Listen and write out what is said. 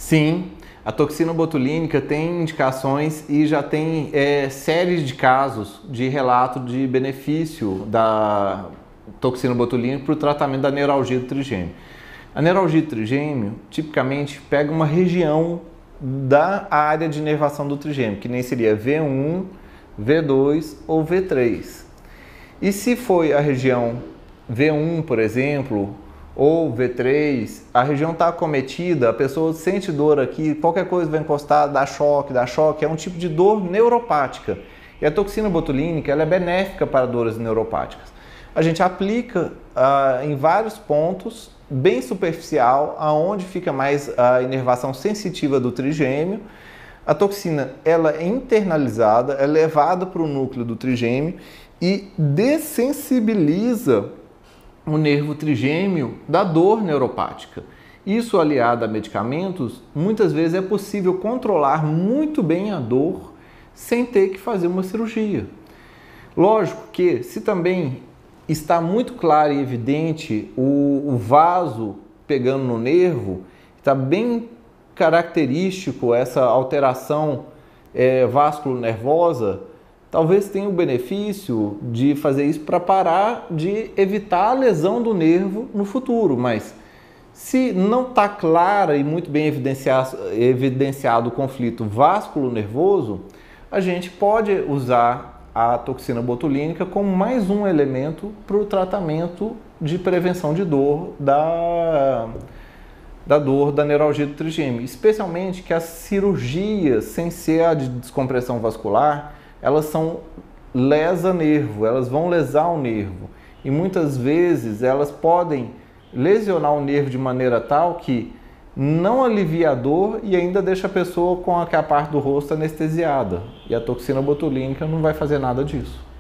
Sim, a toxina botulínica tem indicações e já tem séries de casos de relato de benefício da toxina botulínica para o tratamento da neuralgia do trigêmeo. A neuralgia do trigêmeo tipicamente pega uma região da área de inervação do trigêmeo, que nem seria V1, V2 ou V3. E se foi a região V1, por exemplo, ou V3, a região está acometida, a pessoa sente dor aqui, qualquer coisa vai encostar, dá choque, é um tipo de dor neuropática. E a toxina botulínica ela é benéfica para dores neuropáticas. A gente aplica em vários pontos, bem superficial, aonde fica mais a inervação sensitiva do trigêmeo. A toxina ela é internalizada, é levada para o núcleo do trigêmeo e dessensibiliza o nervo trigêmeo da dor neuropática. Isso aliado a medicamentos, muitas vezes é possível controlar muito bem a dor sem ter que fazer uma cirurgia. Lógico que se também está muito claro e evidente o vaso pegando no nervo, está bem característico essa alteração vasculo-nervosa, talvez tenha o benefício de fazer isso para parar de evitar a lesão do nervo no futuro, mas se não está clara e muito bem evidenciado o conflito vasculo-nervoso, a gente pode usar a toxina botulínica como mais um elemento para o tratamento de prevenção de dor da dor da neuralgia do trigêmeo, especialmente que as cirurgias sem ser a de descompressão vascular, elas são lesa-nervo, elas vão lesar o nervo e muitas vezes elas podem lesionar o nervo de maneira tal que não alivia a dor e ainda deixa a pessoa com a parte do rosto anestesiada. E a toxina botulínica não vai fazer nada disso.